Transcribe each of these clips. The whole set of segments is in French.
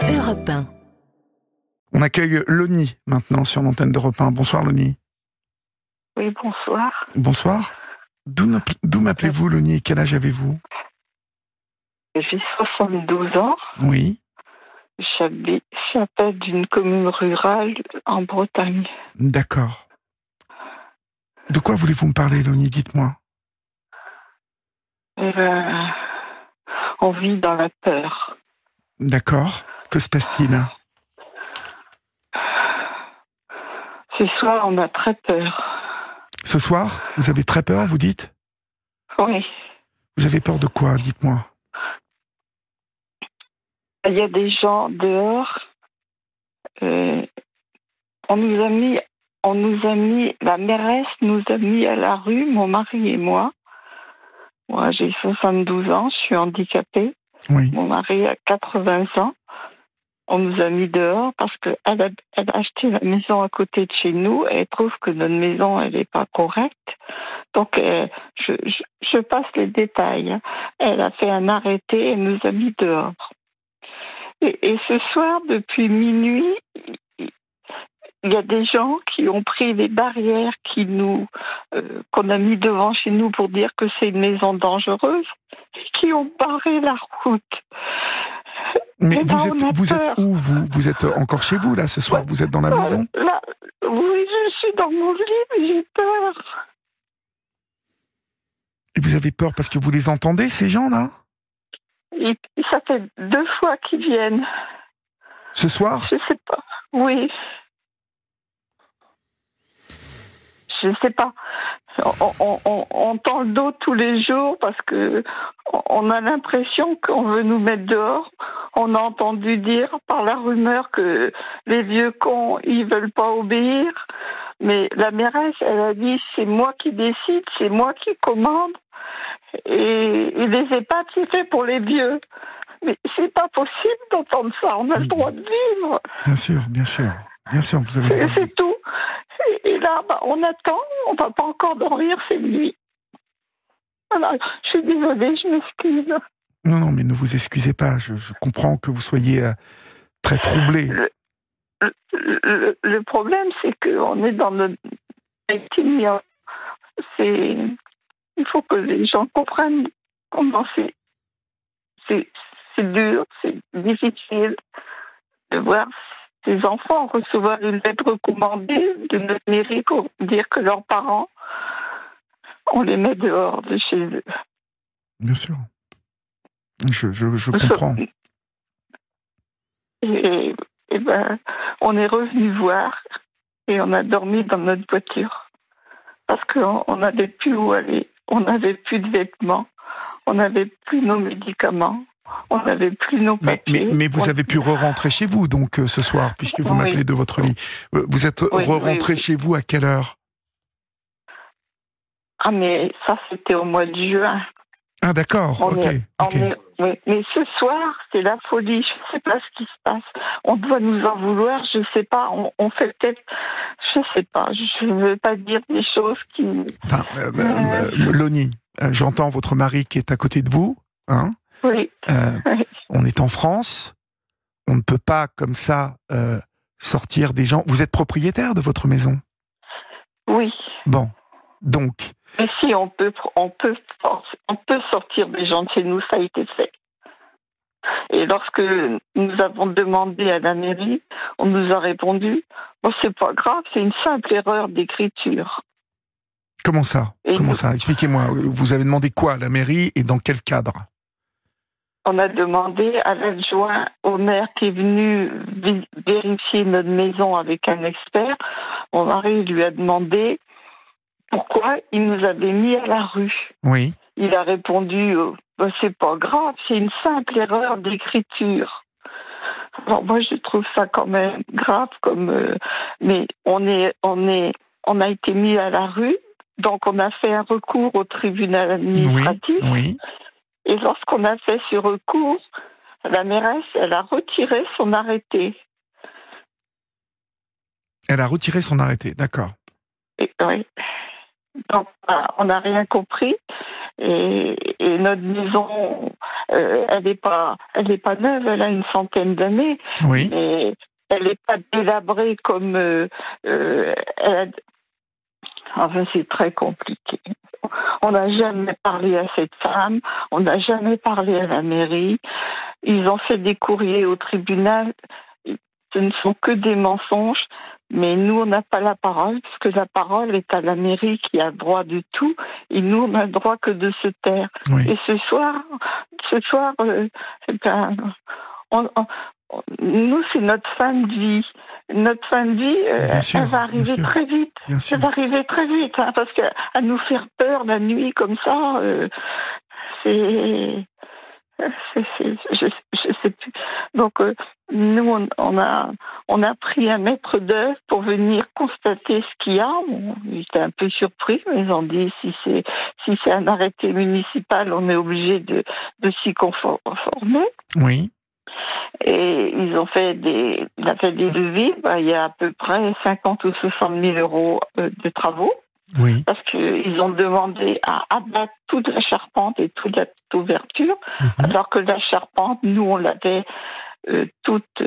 Europe 1. On accueille Loni maintenant sur l'antenne d'Europe 1. Bonsoir Loni. Oui, bonsoir. Bonsoir. D'où m'appelez-vous Loni et quel âge avez-vous? J'ai 72 ans. Oui. J'appelle d'une commune rurale en Bretagne. D'accord. De quoi voulez-vous me parler Loni? Dites-moi. Eh ben, on vit dans la peur. D'accord. Que se passe-t-il? Ce soir, on a très peur. Ce soir, vous avez très peur, vous dites? Oui. Vous avez peur de quoi? Dites-moi. Il y a des gens dehors. On nous a mis, la mairesse nous a mis à la rue, mon mari et moi. Moi, j'ai 72 ans, je suis handicapée. Oui. Mon mari a 80 ans. On nous a mis dehors parce qu'elle a acheté la maison à côté de chez nous et elle trouve que notre maison, elle n'est pas correcte. Donc, je passe les détails. Elle a fait un arrêté et nous a mis dehors. Et ce soir, depuis minuit, il y a des gens qui ont pris les barrières qu'on a mis devant chez nous pour dire que c'est une maison dangereuse et qui ont barré la route. Mais et vous là, êtes où vous êtes encore chez vous là ce soir? Vous êtes dans la maison? Là, oui, je suis dans mon lit, mais j'ai peur. Et vous avez peur parce que vous les entendez ces gens-là? Ça fait 2 fois qu'ils viennent. Ce soir? Je sais pas. Oui. Je sais pas. On tend le dos tous les jours parce que on a l'impression qu'on veut nous mettre dehors. On a entendu dire par la rumeur que les vieux cons, ils veulent pas obéir. Mais la mairesse, elle a dit, c'est moi qui décide, c'est moi qui commande. Et les EHPAD, c'est fait pour les vieux. Mais c'est pas possible d'entendre ça. On a le droit de vivre. Bien sûr, bien sûr. Bien sûr, vous avez le droit. C'est tout. Et là, on attend, on va pas encore dormir, c'est nuit. Voilà, je suis désolée, je m'excuse. Non, mais ne vous excusez pas. Je comprends que vous soyez très troublé. Le problème, c'est qu'on est dans notre victime. Il faut que les gens comprennent comment c'est dur, c'est difficile de voir ces enfants recevoir une lettre recommandée de notre mairie pour dire que leurs parents, on les met dehors de chez eux. Bien sûr. Je comprends. Et ben, on est revenu voir et on a dormi dans notre voiture parce qu'on n'avait plus où aller, on n'avait plus de vêtements, on n'avait plus nos médicaments, on n'avait plus nos papiers. Mais vous avez pu re-rentrer chez vous donc ce soir puisque vous m'appelez de votre lit. Vous êtes re-rentré chez vous à quelle heure? Ah mais ça c'était au mois de juin. Ah d'accord, ok. Mais ce soir, c'est la folie. Je ne sais pas ce qui se passe. On doit nous en vouloir, je ne sais pas. On fait peut-être... Je ne sais pas. Je ne veux pas dire des choses qui... Enfin, Loni, j'entends votre mari qui est à côté de vous. Hein? Oui. On est en France. On ne peut pas comme ça sortir des gens. Vous êtes propriétaire de votre maison? Oui. Bon, donc... Mais si, on peut sortir des gens de chez nous, ça a été fait. Et lorsque nous avons demandé à la mairie, on nous a répondu, bon, c'est pas grave, c'est une simple erreur d'écriture. Comment ça? Expliquez-moi. Vous avez demandé quoi à la mairie et dans quel cadre? On a demandé à l'adjoint au maire qui est venu vérifier notre maison avec un expert. Mon mari lui a demandé pourquoi il nous avait mis à la rue. Oui. Il a répondu, c'est pas grave, c'est une simple erreur d'écriture. Alors moi, je trouve ça quand même grave, mais on a été mis à la rue, donc on a fait un recours au tribunal administratif. Oui. Et lorsqu'on a fait ce recours, la mairesse, elle a retiré son arrêté. Elle a retiré son arrêté, d'accord. Oui. Donc, on n'a rien compris. Et notre maison, elle n'est pas neuve, elle a une centaine d'années, Oui. mais elle n'est pas délabrée comme enfin, c'est très compliqué. On n'a jamais parlé à cette femme, on n'a jamais parlé à la mairie. Ils ont fait des courriers au tribunal. Ce ne sont que des mensonges, mais nous, on n'a pas la parole, parce que la parole est à la mairie qui a le droit de tout, et nous, on n'a le droit que de se taire. Oui. Et ce soir, on- on- nous, c'est notre fin de vie. Notre fin de vie, Bien sûr, elle va bien arriver sûr, très vite. bien sûr. Elle va arriver très vite, hein, parce qu'à nous faire peur la nuit comme ça, c'est... je sais plus. Donc, nous, on a pris un maître d'œuvre pour venir constater ce qu'il y a. Ils étaient un peu surpris, mais ils ont dit si c'est un arrêté municipal, on est obligé de s'y conformer. Oui. Et ils ont fait des devis. Il y a à peu près 50 ou 60 000 euros de travaux. Oui. Parce qu'ils ont demandé à abattre toute la charpente et toute la ouverture, alors que la charpente, nous, on l'avait toute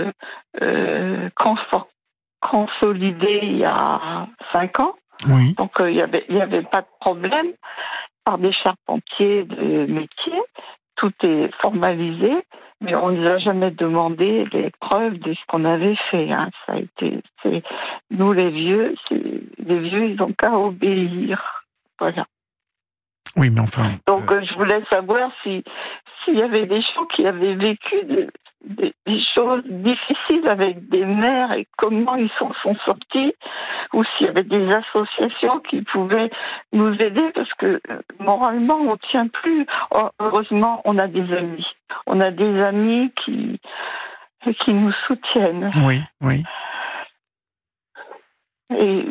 consolidée il y a 5 ans. Oui. Donc, il y avait pas de problème par des charpentiers de métier. Tout est formalisé, mais on ne nous a jamais demandé les preuves de ce qu'on avait fait. Hein. Ça a été, nous les vieux, ils n'ont qu'à obéir. Voilà. Oui, mais enfin. Donc je voulais savoir s'il y avait des gens qui avaient vécu des choses difficiles avec des maires et comment ils sont sortis, ou s'il y avait des associations qui pouvaient nous aider, parce que moralement on ne tient plus. Heureusement, on a des amis. On a des amis qui nous soutiennent. Oui, oui. Et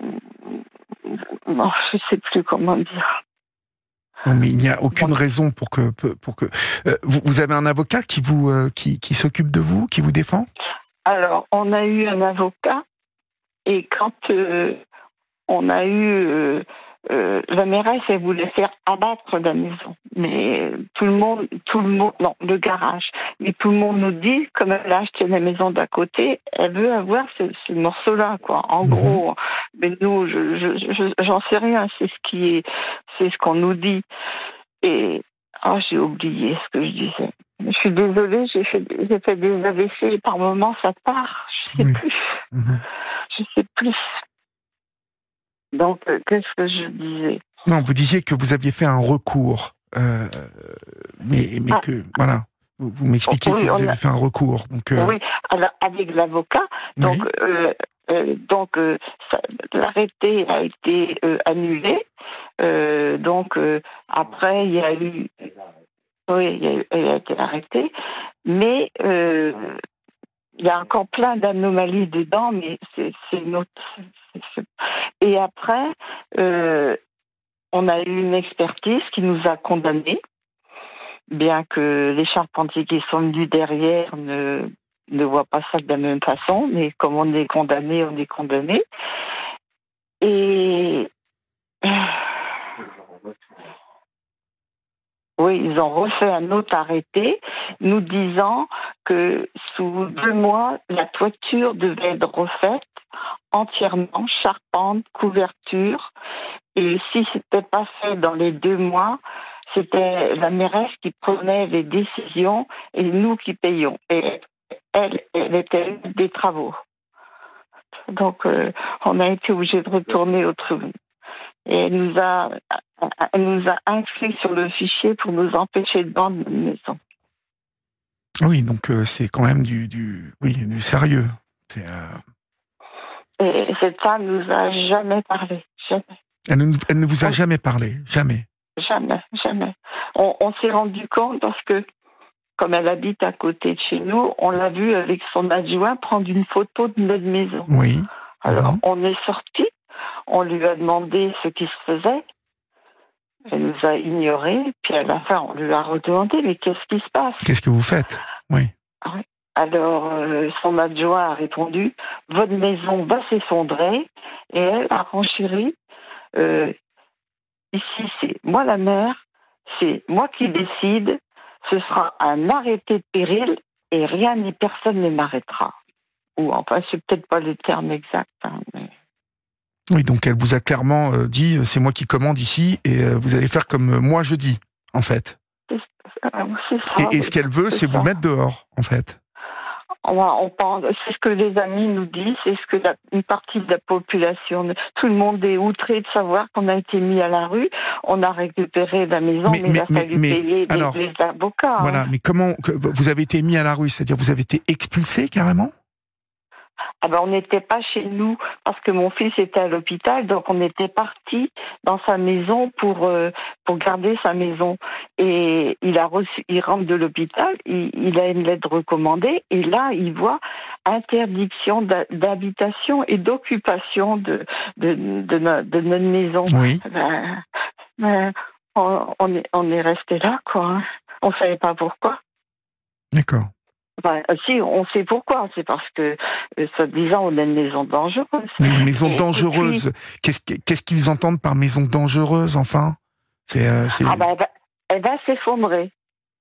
bon, je ne sais plus comment dire. Non, mais il n'y a aucune raison pour que vous avez un avocat qui vous qui s'occupe de vous, qui vous défend? Alors, on a eu un avocat, et quand on a eu la mairesse, elle voulait faire abattre la maison, mais tout le monde, non, le garage, mais tout le monde nous dit, comme elle a acheté la maison d'à côté, elle veut avoir ce morceau-là, quoi. En gros, mais nous, j'en sais rien, c'est ce qu'on nous dit. Et j'ai oublié ce que je disais. Je suis désolée, j'ai fait des AVC et par moments ça part. Je sais plus. Je sais plus. Donc, qu'est-ce que je disais? Non, vous disiez que vous aviez fait un recours, mais que voilà, vous m'expliquez que vous avez fait un recours. Donc oui, alors, avec l'avocat. Donc, l'arrêté a été annulé. Donc, après, il y a eu. Oui, elle a été arrêtée. Mais il y a encore plein d'anomalies dedans, mais c'est notre. Et après, on a eu une expertise qui nous a condamnés, bien que les charpentiers qui sont venus derrière ne voient pas ça de la même façon, mais comme on est condamné, on est condamné. Et oui, ils ont refait un autre arrêté nous disant que sous 2 mois, la toiture devait être refaite entièrement, charpente, couverture. Et si c'était pas fait dans les 2 mois, c'était la mairesse qui prenait les décisions et nous qui payions. Et elle était des travaux. Donc, on a été obligés de retourner au tribunal. Et elle nous a inscrits sur le fichier pour nous empêcher de vendre une maison. Oui, donc c'est quand même du sérieux. Et cette femme nous a jamais parlé, jamais. Elle ne vous a jamais parlé, jamais. Jamais. On s'est rendu compte parce que, comme elle habite à côté de chez nous, on l'a vue avec son adjoint prendre une photo de notre maison. Oui. Alors, on est sortis, on lui a demandé ce qui se faisait. Elle nous a ignorés, puis à la fin, on lui a redemandé, mais qu'est-ce qui se passe? Qu'est-ce que vous faites? Oui. Alors, son adjoint a répondu, votre maison va s'effondrer, et elle a renchéri, ici, c'est moi la mère, c'est moi qui décide, ce sera un arrêté de péril et rien ni personne ne m'arrêtera. Ou enfin, c'est peut-être pas le terme exact, hein, mais... Oui, donc elle vous a clairement dit, c'est moi qui commande ici, et vous allez faire comme moi je dis, en fait. C'est ça, Et oui, ce qu'elle veut, c'est vous ça. mettre dehors, en fait. On pense, c'est ce que les amis nous disent, c'est ce que une partie de la population, tout le monde est outré de savoir qu'on a été mis à la rue. On a récupéré la maison, mais il a fallu payer alors, les avocats. voilà, Hein. mais comment vous avez été mis à la rue, c'est-à-dire vous avez été expulsé carrément? Ah ben, on n'était pas chez nous parce que mon fils était à l'hôpital, donc on était parti dans sa maison pour garder sa maison. Et il rentre de l'hôpital, il a une lettre recommandée, et là il voit interdiction d'habitation et d'occupation de notre maison. Oui. On est resté là, quoi. Hein. On savait pas pourquoi. D'accord. Enfin, si, on sait pourquoi. C'est parce que, soi-disant, on a une maison dangereuse. Mais une maison dangereuse, qu'est-ce qu'ils entendent par maison dangereuse, enfin? Ah ben, elle va s'effondrer.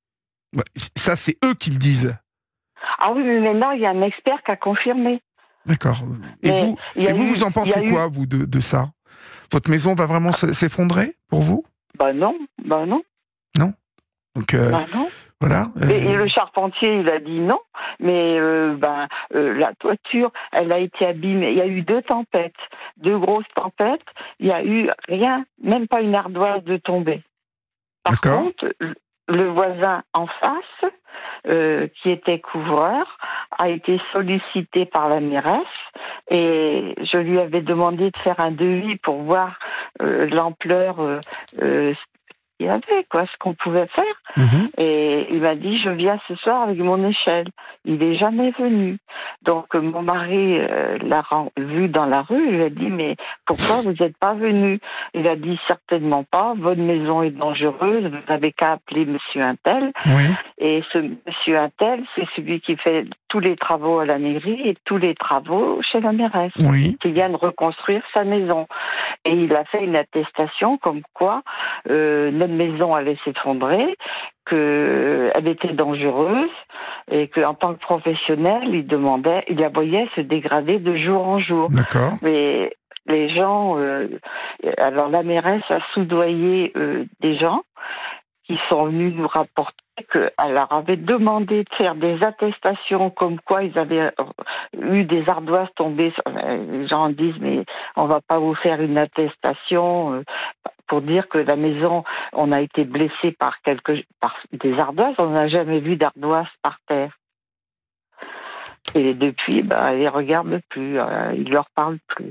Ça, c'est eux qui le disent. Ah oui, mais maintenant, il y a un expert qui a confirmé. D'accord. Et vous en pensez quoi, vous, de ça? Votre maison va vraiment s'effondrer, pour vous? Non. Non? Donc, non. voilà. Et le charpentier, il a dit non, mais la toiture, elle a été abîmée. Il y a eu 2 tempêtes, 2 grosses tempêtes. Il y a eu rien, même pas une ardoise de tomber. Par contre, le voisin en face, qui était couvreur, a été sollicité par la mairesse, et je lui avais demandé de faire un devis pour voir l'ampleur qu'il y avait, ce qu'on pouvait faire. Et il m'a dit, je viens ce soir avec mon échelle. Il n'est jamais venu. Donc mon mari l'a vu dans la rue, il lui a dit, mais pourquoi vous n'êtes pas venu? Il a dit, certainement pas, votre maison est dangereuse, vous n'avez qu'à appeler monsieur Untel. Oui. Et ce monsieur Untel, c'est celui qui fait tous les travaux à la mairie et tous les travaux chez la mairesse, qui vient de reconstruire sa maison. Et il a fait une attestation comme quoi notre maison allait s'effondrer, qu'elle était dangereuse, et qu'en tant que professionnel, il la voyait se dégrader de jour en jour. D'accord. Mais les gens, alors la mairesse a soudoyé des gens qui sont venus nous rapporter qu'elle leur avait demandé de faire des attestations comme quoi ils avaient eu des ardoises tombées. Les gens disent, mais on va pas vous faire une attestation pour dire que la maison, on a été blessé par des ardoises, on n'a jamais vu d'ardoises par terre. Et depuis, ils ne regardent plus, ils leur parlent plus.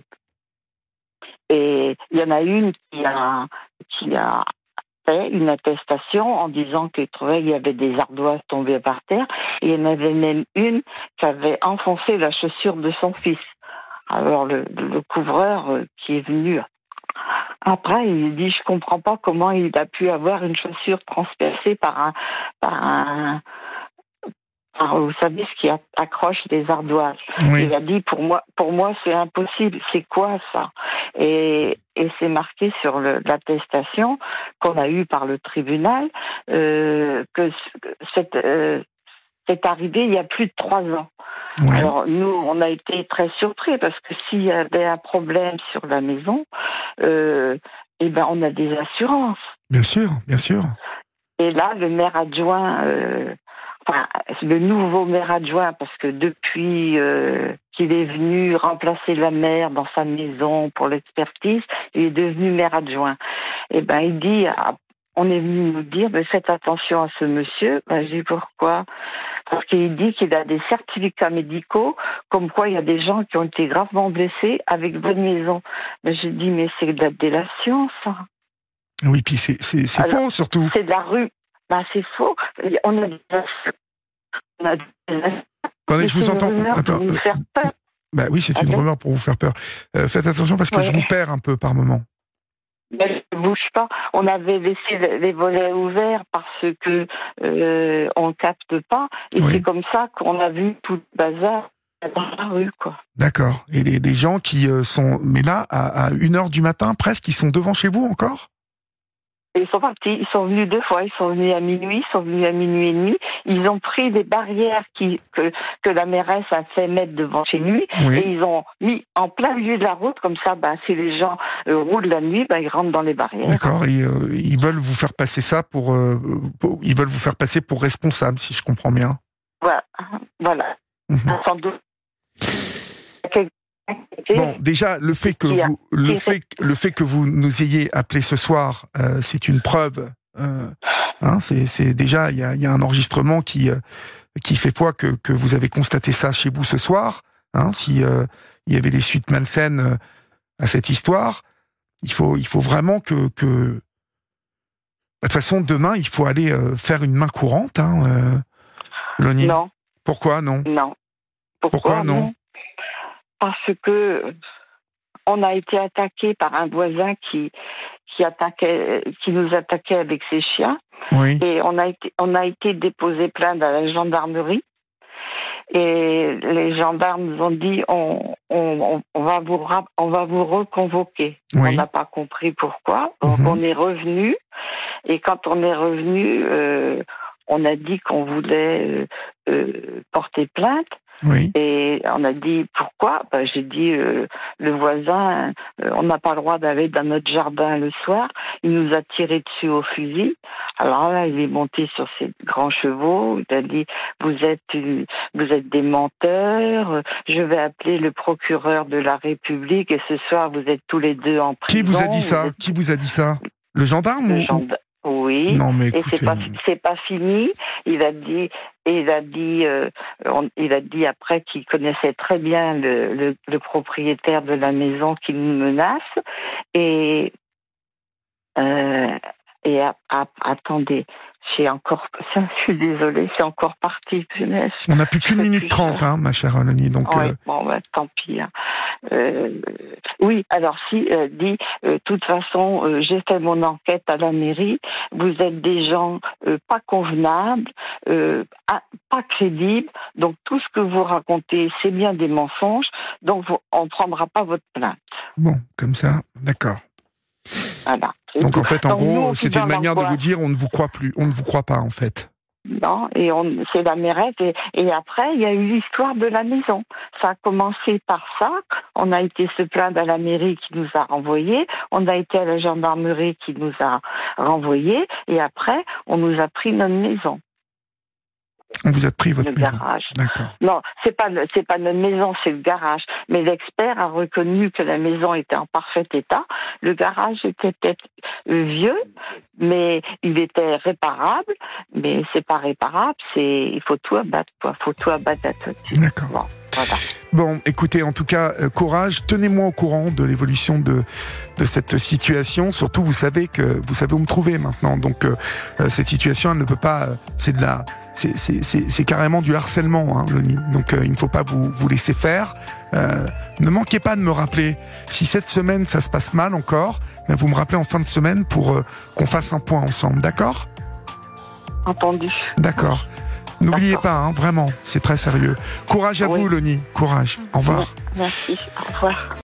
Et il y en a une qui a fait une attestation en disant qu'il trouvait qu'il y avait des ardoises tombées par terre, et il y en avait même une qui avait enfoncé la chaussure de son fils. Alors le couvreur qui est venu après, il dit, je comprends pas comment il a pu avoir une chaussure transpercée par vous savez, ce qui accroche les ardoises. Oui. Il a dit, pour moi, c'est impossible. C'est quoi ça? Et c'est marqué sur l'attestation qu'on a eue par le tribunal que c'est arrivé il y a plus de 3 ans. Oui. Alors nous, on a été très surpris parce que s'il y avait un problème sur la maison, on a des assurances. Bien sûr, bien sûr. Et là, le maire adjoint, le nouveau maire adjoint, parce que depuis qu'il est venu remplacer la maire dans sa maison pour l'expertise, il est devenu maire adjoint. Il dit, on est venu nous dire, faites attention à ce monsieur. Je dis, pourquoi? Parce qu'il dit qu'il a des certificats médicaux, comme quoi il y a des gens qui ont été gravement blessés avec votre maison. Je dis, mais c'est de la délation, ça. Oui, puis c'est faux, surtout. C'est de la rue. C'est faux. On a des... Attendez, je vous entends. Pour vous faire peur. Oui, c'est une rumeur pour vous faire peur. Faites attention parce que je vous perds un peu par moment. Mais je ne bouge pas. On avait laissé les volets ouverts parce que on ne capte pas. Et c'est comme ça qu'on a vu tout le bazar dans la rue, quoi. D'accord. Et des gens qui sont... Mais là, à 1h du matin, presque, ils sont devant chez vous encore? Ils sont partis, ils sont venus 2 fois, ils sont venus à minuit, ils sont venus à minuit et demi. Ils ont pris des barrières que la mairesse a fait mettre devant chez lui, Oui. et ils ont mis en plein milieu de la route, comme ça, si les gens roulent la nuit, ils rentrent dans les barrières. D'accord, et ils veulent vous faire passer ça ils veulent vous faire passer pour responsable, si je comprends bien. Voilà. Mhm. Sans doute. Bon, déjà, le fait que vous nous ayez appelé ce soir, c'est une preuve. C'est déjà, il y a un enregistrement qui fait foi que vous avez constaté ça chez vous ce soir. Si il y avait des suites malsaines à cette histoire, il faut vraiment que de toute façon, demain, il faut aller faire une main courante, Loni. Non. Pourquoi non? Non. Pourquoi non? Parce que on a été attaqué par un voisin qui nous attaquait avec ses chiens. Oui. Et on a été déposé plainte à la gendarmerie. Et les gendarmes nous ont dit on va vous reconvoquer. Oui. On n'a pas compris pourquoi. Donc on est revenu. Et quand on est revenu, on a dit qu'on voulait porter plainte. Oui. Et on a dit pourquoi. J'ai dit le voisin, on n'a pas le droit d'aller dans notre jardin le soir. Il nous a tiré dessus au fusil. Alors là, il est monté sur ses grands chevaux. Il a dit vous êtes des menteurs. Je vais appeler le procureur de la République et ce soir vous êtes tous les deux en prison. Qui vous a dit ça? Qui vous a dit ça? Le gendarme Oui. Non, mais et écoutez, c'est pas fini. Il a dit après qu'il connaissait très bien le propriétaire de la maison qui nous menace. Et attendez, je suis désolée, c'est encore parti. On n'a plus qu'une minute 30, ma chère Loni. Donc, oui, tant pis. Oui, alors si, dit, de toute façon, j'ai fait mon enquête à la mairie, vous êtes des gens pas convenables, pas crédibles, donc tout ce que vous racontez, c'est bien des mensonges, donc on ne prendra pas votre plainte. Bon, comme ça, d'accord. Voilà. Donc en fait, en gros, c'était une manière de vous dire dire on ne vous croit plus, on ne vous croit pas en fait. Non, et c'est la mairesse. Et après, il y a eu l'histoire de la maison. Ça a commencé par ça. On a été se plaindre à la mairie qui nous a renvoyés. On a été à la gendarmerie qui nous a renvoyés. Et après, on nous a pris notre maison. On vous a pris votre maison. Le garage. D'accord. Non, c'est pas notre maison, c'est le garage. Mais l'expert a reconnu que la maison était en parfait état. Le garage était peut-être vieux, mais il était réparable. Mais c'est pas réparable, il faut tout abattre, quoi. Faut tout abattre là-dessus. D'accord. Bon, voilà. Bon, écoutez, en tout cas, courage. Tenez-moi au courant de l'évolution de cette situation. Surtout, vous savez où me trouver maintenant. Donc, cette situation, elle ne peut pas. C'est carrément du harcèlement, Loni. Donc, il ne faut pas vous laisser faire. Ne manquez pas de me rappeler. Si cette semaine, ça se passe mal encore, vous me rappelez en fin de semaine pour qu'on fasse un point ensemble, d'accord? Entendu. D'accord. N'oubliez pas, vraiment, c'est très sérieux. Courage à vous, Loni. Courage. Au revoir. Merci. Au revoir.